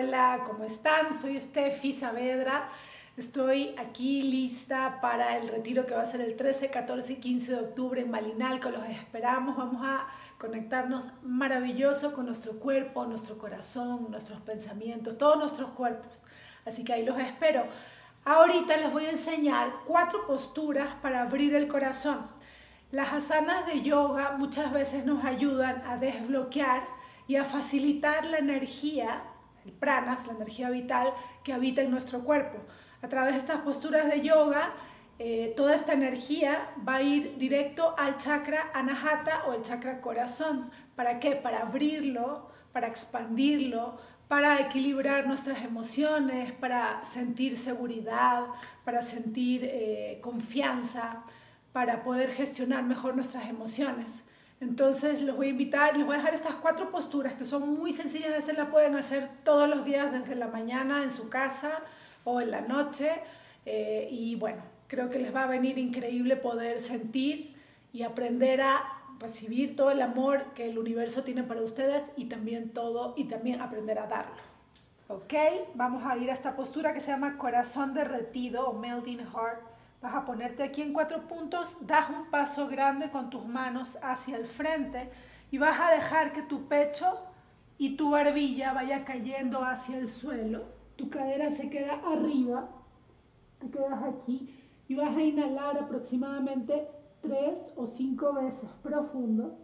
Hola, ¿cómo están? Soy Steffi Saavedra. Estoy aquí lista para el retiro que va a ser el 13, 14 y 15 de octubre en Malinalco. Los esperamos. Vamos a conectarnos maravilloso con nuestro cuerpo, nuestro corazón, nuestros pensamientos, todos nuestros cuerpos. Así que ahí los espero. Ahorita les voy a enseñar 4 posturas para abrir el corazón. Las asanas de yoga muchas veces nos ayudan a desbloquear y a facilitar la energía, el pranas, la energía vital que habita en nuestro cuerpo. A través de estas posturas de yoga, toda esta energía va a ir directo al chakra anahata o el chakra corazón. ¿Para qué? Para abrirlo, para expandirlo, para equilibrar nuestras emociones, para sentir seguridad, para sentir confianza, para poder gestionar mejor nuestras emociones. Entonces los voy a invitar, les voy a dejar estas 4 posturas que son muy sencillas de hacer, las pueden hacer todos los días desde la mañana en su casa o en la noche y bueno, creo que les va a venir increíble poder sentir y aprender a recibir todo el amor que el universo tiene para ustedes y también aprender a darlo. Ok, vamos a ir a esta postura que se llama corazón derretido o melting heart. Vas a ponerte aquí en 4 puntos, das un paso grande con tus manos hacia el frente y vas a dejar que tu pecho y tu barbilla vaya cayendo hacia el suelo. Tu cadera se queda arriba, te quedas aquí y vas a inhalar aproximadamente 3 o 5 veces profundo.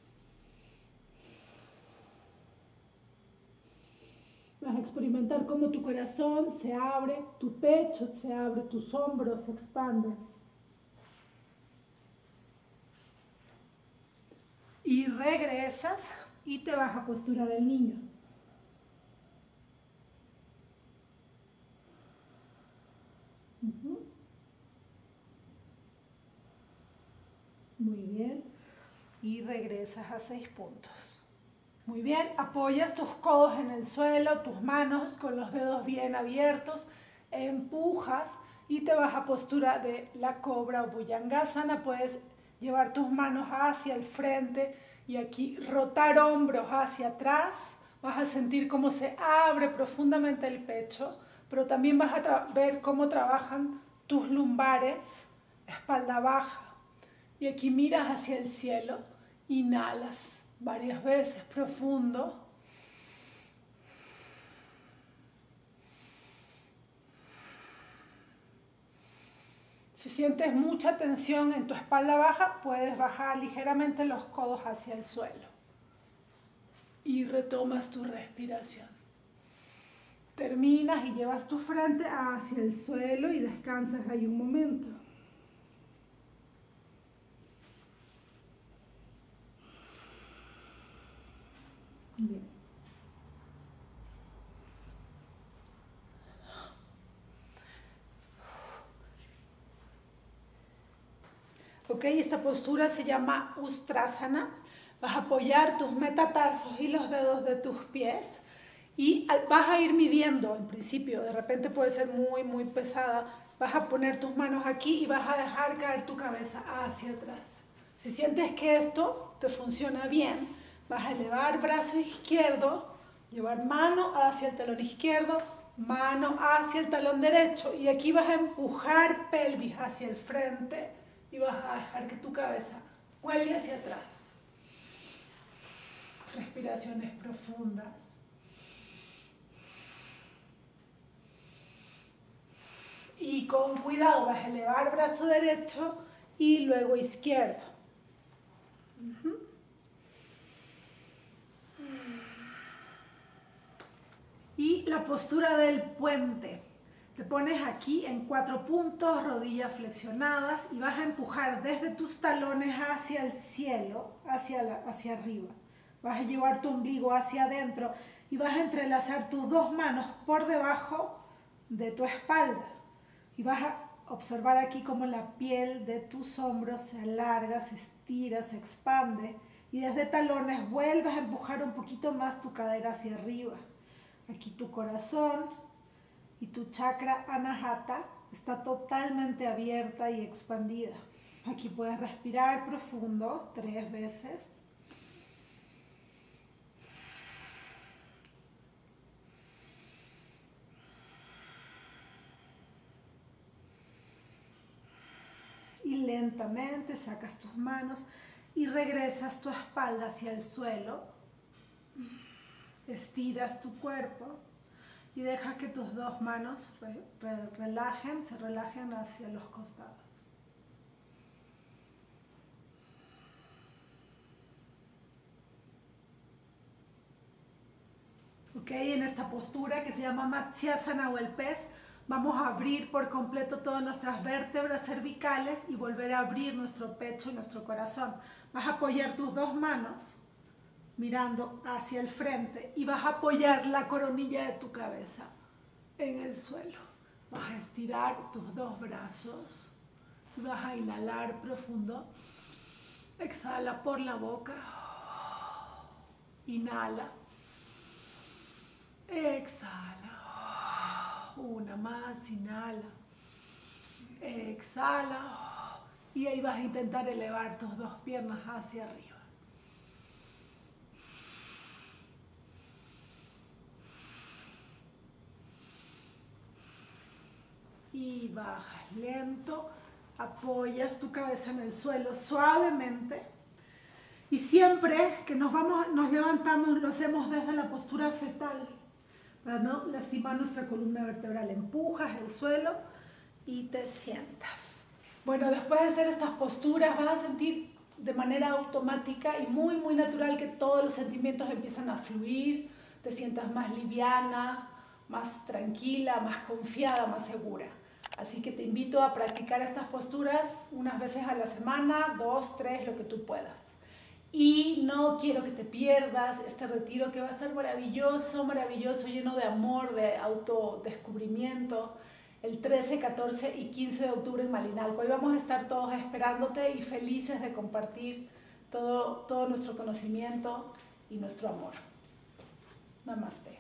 Vas a experimentar cómo tu corazón se abre, tu pecho se abre, tus hombros se expanden. Y regresas y te vas a postura del niño. Muy bien. Y regresas a 6 puntos. Muy bien, apoyas tus codos en el suelo, tus manos con los dedos bien abiertos, empujas y te vas a postura de la cobra o Bhujangasana. Puedes llevar tus manos hacia el frente y aquí rotar hombros hacia atrás. Vas a sentir cómo se abre profundamente el pecho, pero también vas a ver cómo trabajan tus lumbares, espalda baja. Y aquí miras hacia el cielo, inhalas varias veces profundo. Si sientes mucha tensión en tu espalda baja, puedes bajar ligeramente los codos hacia el suelo. Y retomas tu respiración. Terminas y llevas tu frente hacia el suelo y descansas ahí un momento. Bien. Ok, esta postura se llama Ustrasana. Vas a apoyar tus metatarsos y los dedos de tus pies y vas a ir midiendo en principio. De repente puede ser muy pesada. Vas a poner tus manos aquí y vas a dejar caer tu cabeza hacia atrás. Si sientes que esto te funciona bien, vas a elevar brazo izquierdo, llevar mano hacia el talón izquierdo, mano hacia el talón derecho y aquí vas a empujar pelvis hacia el frente y vas a dejar que tu cabeza cuelgue hacia atrás. Respiraciones profundas. Y con cuidado vas a elevar brazo derecho y luego izquierdo. Y la postura del puente. Te pones aquí en 4 puntos, rodillas flexionadas y vas a empujar desde tus talones hacia el cielo, hacia arriba. Vas a llevar tu ombligo hacia adentro y vas a entrelazar tus 2 manos por debajo de tu espalda. Y vas a observar aquí cómo la piel de tus hombros se alarga, se estira, se expande. Y desde talones vuelves a empujar un poquito más tu cadera hacia arriba. Aquí tu corazón y tu chakra anahata está totalmente abierta y expandida. Aquí puedes respirar profundo 3 veces. lentamente sacas tus manos y regresas tu espalda hacia el suelo. Estiras tu cuerpo y deja que tus dos manos se relajen hacia los costados. Ok, en esta postura que se llama Matsyasana o el pez, vamos a abrir por completo todas nuestras vértebras cervicales y volver a abrir nuestro pecho y nuestro corazón. Vas a apoyar tus dos manos mirando hacia el frente y vas a apoyar la coronilla de tu cabeza en el suelo. Vas a estirar tus dos brazos y vas a inhalar profundo. Exhala por la boca. Inhala. Exhala. Una más, inhala. Exhala. Y ahí vas a intentar elevar tus dos piernas hacia arriba. Y bajas lento. Apoyas tu cabeza en el suelo suavemente. Y siempre que nos levantamos, lo hacemos desde la postura fetal, para no lastimar nuestra columna vertebral. Empujas el suelo y te sientas. Bueno, después de hacer estas posturas vas a sentir de manera automática y muy, muy natural que todos los sentimientos empiezan a fluir, te sientas más liviana, más tranquila, más confiada, más segura. Así que te invito a practicar estas posturas unas veces a la semana, 2, 3, lo que tú puedas. Y no quiero que te pierdas este retiro que va a estar maravilloso, maravilloso, lleno de amor, de autodescubrimiento, el 13, 14 y 15 de octubre en Malinalco. Hoy vamos a estar todos esperándote y felices de compartir todo nuestro conocimiento y nuestro amor. Namaste.